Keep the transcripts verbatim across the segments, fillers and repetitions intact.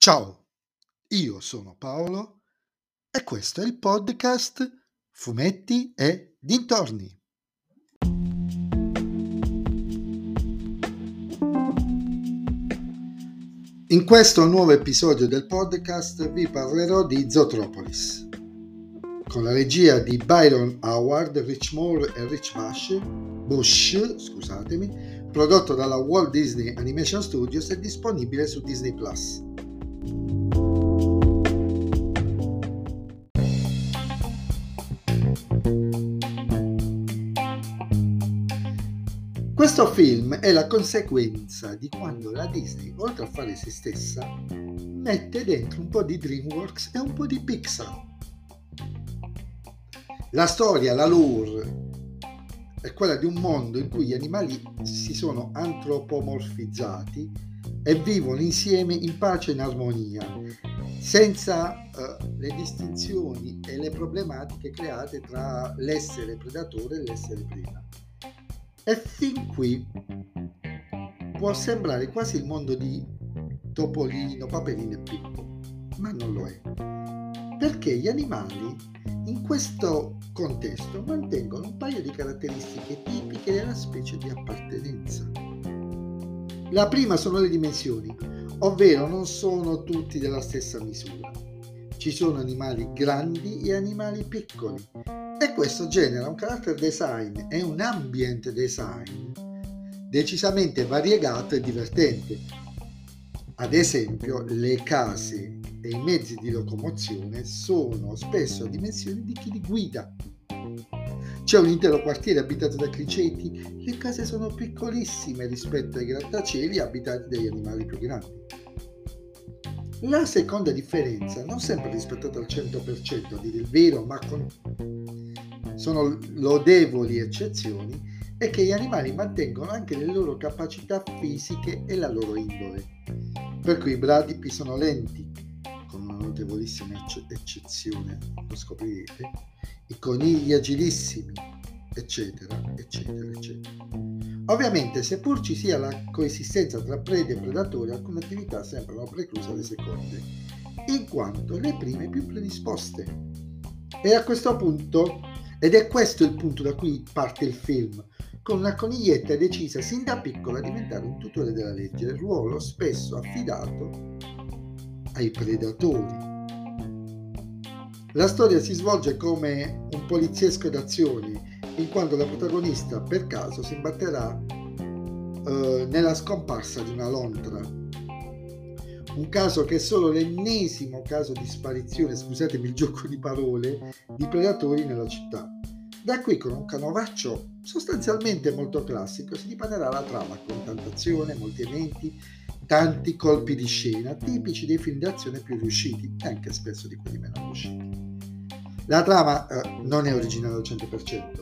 Ciao, io sono Paolo e questo è il podcast Fumetti e Dintorni. In questo nuovo episodio del podcast vi parlerò di Zootropolis, con la regia di Byron Howard, Rich Moore e Rich Bush, Bush, scusatemi, prodotto dalla Walt Disney Animation Studios e disponibile su Disney Plus. Questo film è la conseguenza di quando la Disney, oltre a fare se stessa, mette dentro un po' di DreamWorks e un po' di Pixar. La storia, la lore, è quella di un mondo in cui gli animali si sono antropomorfizzati e vivono insieme in pace e in armonia, senza uh, le distinzioni e le problematiche create tra l'essere predatore e l'essere preda. E fin qui può sembrare quasi il mondo di Topolino, Paperino e Pippo, ma non lo è, perché gli animali in questo contesto mantengono un paio di caratteristiche tipiche della specie di appartenenza. La prima sono le dimensioni, ovvero non sono tutti della stessa misura. Ci sono animali grandi e animali piccoli, e questo genera un character design e un ambient design decisamente variegato e divertente. Ad esempio, le case e i mezzi di locomozione sono spesso a dimensioni di chi li guida. C'è un intero quartiere abitato da criceti, le case sono piccolissime rispetto ai grattacieli abitati dagli animali più grandi. La seconda differenza, non sempre rispettata al cento per cento a dire il vero, ma con sono lodevoli eccezioni, è che gli animali mantengono anche le loro capacità fisiche e la loro indole. Per cui i bradipi sono lenti, con una notevolissima eccezione, lo scoprirete, i conigli agilissimi, eccetera, eccetera, eccetera. Ovviamente, seppur ci sia la coesistenza tra prede e predatori, alcune attività sembrano precluse alle seconde, in quanto le prime più predisposte. E a questo punto, ed è questo il punto da cui parte il film, con una coniglietta decisa sin da piccola a diventare un tutore della legge, ruolo spesso affidato ai predatori. La storia si svolge come un poliziesco d'azione, in quanto la protagonista per caso si imbatterà eh, nella scomparsa di una lontra. Un caso che è solo l'ennesimo caso di sparizione, scusatemi il gioco di parole, di predatori nella città. Da qui, con un canovaccio sostanzialmente molto classico, si dipanerà la trama con tanta azione, molti eventi, tanti colpi di scena tipici dei film d'azione più riusciti e anche spesso di quelli meno riusciti. La trama eh, non è originale al cento per cento,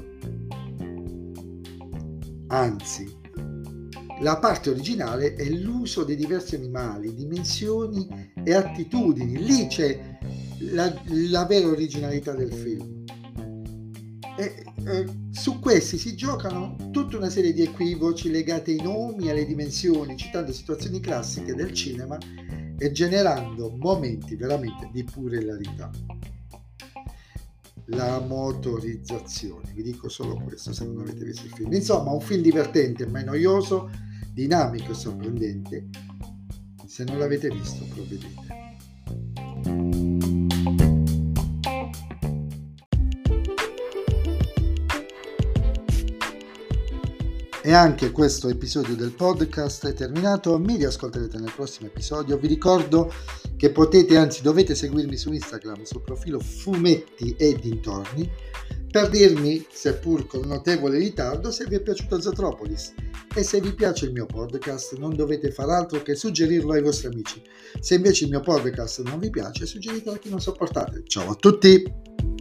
anzi, la parte originale è l'uso dei diversi animali, dimensioni e attitudini. Lì c'è la, la vera originalità del film. E, eh, su questi si giocano tutta una serie di equivoci legati ai nomi e alle dimensioni, citando situazioni classiche del cinema e generando momenti veramente di pura hilarità. La motorizzazione, vi dico solo questo se non avete visto il film. Insomma, un film divertente, ma noioso, dinamico e sorprendente. Se non l'avete visto, provvedete. E anche questo episodio del podcast è terminato, mi riascolterete nel prossimo episodio. Vi ricordo che potete, anzi dovete seguirmi su Instagram, sul profilo Fumetti e Dintorni, per dirmi, seppur con notevole ritardo, se vi è piaciuto Zootropolis. E se vi piace il mio podcast non dovete far altro che suggerirlo ai vostri amici. Se invece il mio podcast non vi piace, suggeritelo a chi non sopportate. Ciao a tutti!